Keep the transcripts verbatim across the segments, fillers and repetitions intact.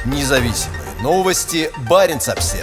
Независимые новости. Баренц-Обсервер.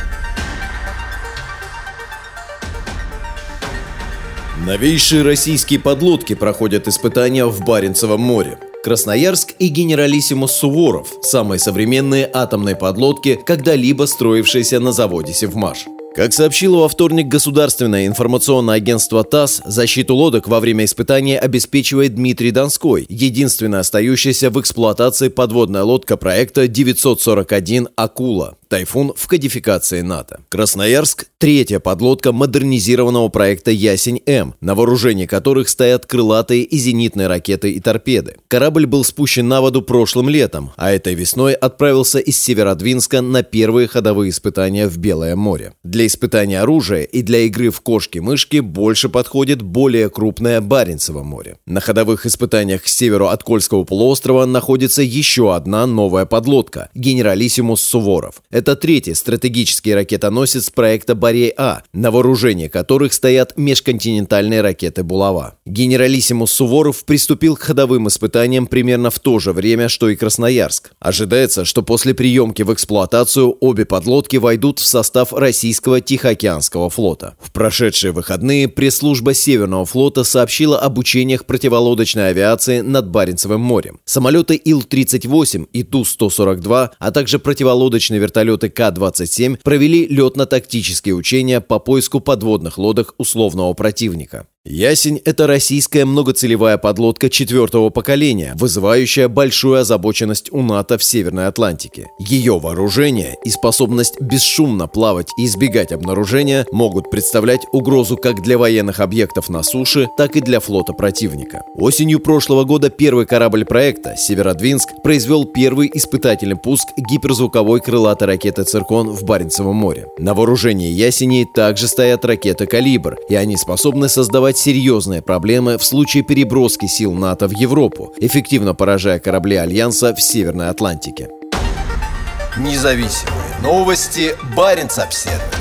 Новейшие российские подлодки проходят испытания в Баренцевом море. Красноярск и генералиссимус Суворов – самые современные атомные подлодки, когда-либо строившиеся на заводе «Севмаш». Как сообщило во вторник государственное информационное агентство ТАСС, защиту лодок во время испытания обеспечивает Дмитрий Донской, единственная остающаяся в эксплуатации подводная лодка проекта девятьсот сорок один «Акула». «Тайфун» в кодификации НАТО. Красноярск – третья подлодка модернизированного проекта «Ясень-М», на вооружении которых стоят крылатые и зенитные ракеты и торпеды. Корабль был спущен на воду прошлым летом, а этой весной отправился из Северодвинска на первые ходовые испытания в Белое море. Для испытания оружия и для игры в кошки-мышки больше подходит более крупное Баренцево море. На ходовых испытаниях к северу от Кольского полуострова находится еще одна новая подлодка – генералиссимус Суворов. Это третий стратегический ракетоносец проекта «Борей-А», на вооружении которых стоят межконтинентальные ракеты «Булава». Генералиссимус Суворов приступил к ходовым испытаниям примерно в то же время, что и Красноярск. Ожидается, что после приемки в эксплуатацию обе подлодки войдут в состав российского Тихоокеанского флота. В прошедшие выходные пресс-служба Северного флота сообщила об учениях противолодочной авиации над Баренцевым морем. Самолеты Ил тридцать восемь и Ту сто сорок два, а также противолодочные вертолеты Ка двадцать семь провели летно-тактические учения по поиску подводных лодок условного противника. «Ясень» — это российская многоцелевая подлодка четвертого поколения, вызывающая большую озабоченность у НАТО в Северной Атлантике. Ее вооружение и способность бесшумно плавать и избегать обнаружения могут представлять угрозу как для военных объектов на суше, так и для флота противника. Осенью прошлого года первый корабль проекта «Северодвинск» произвел первый испытательный пуск гиперзвуковой крылатой ракеты «Циркон» в Баренцевом море. На вооружении «Ясеней» также стоят ракеты «Калибр», и они способны создавать серьезные проблемы в случае переброски сил НАТО в Европу, эффективно поражая корабли Альянса в Северной Атлантике. Независимые новости. Баренц-Обсервер.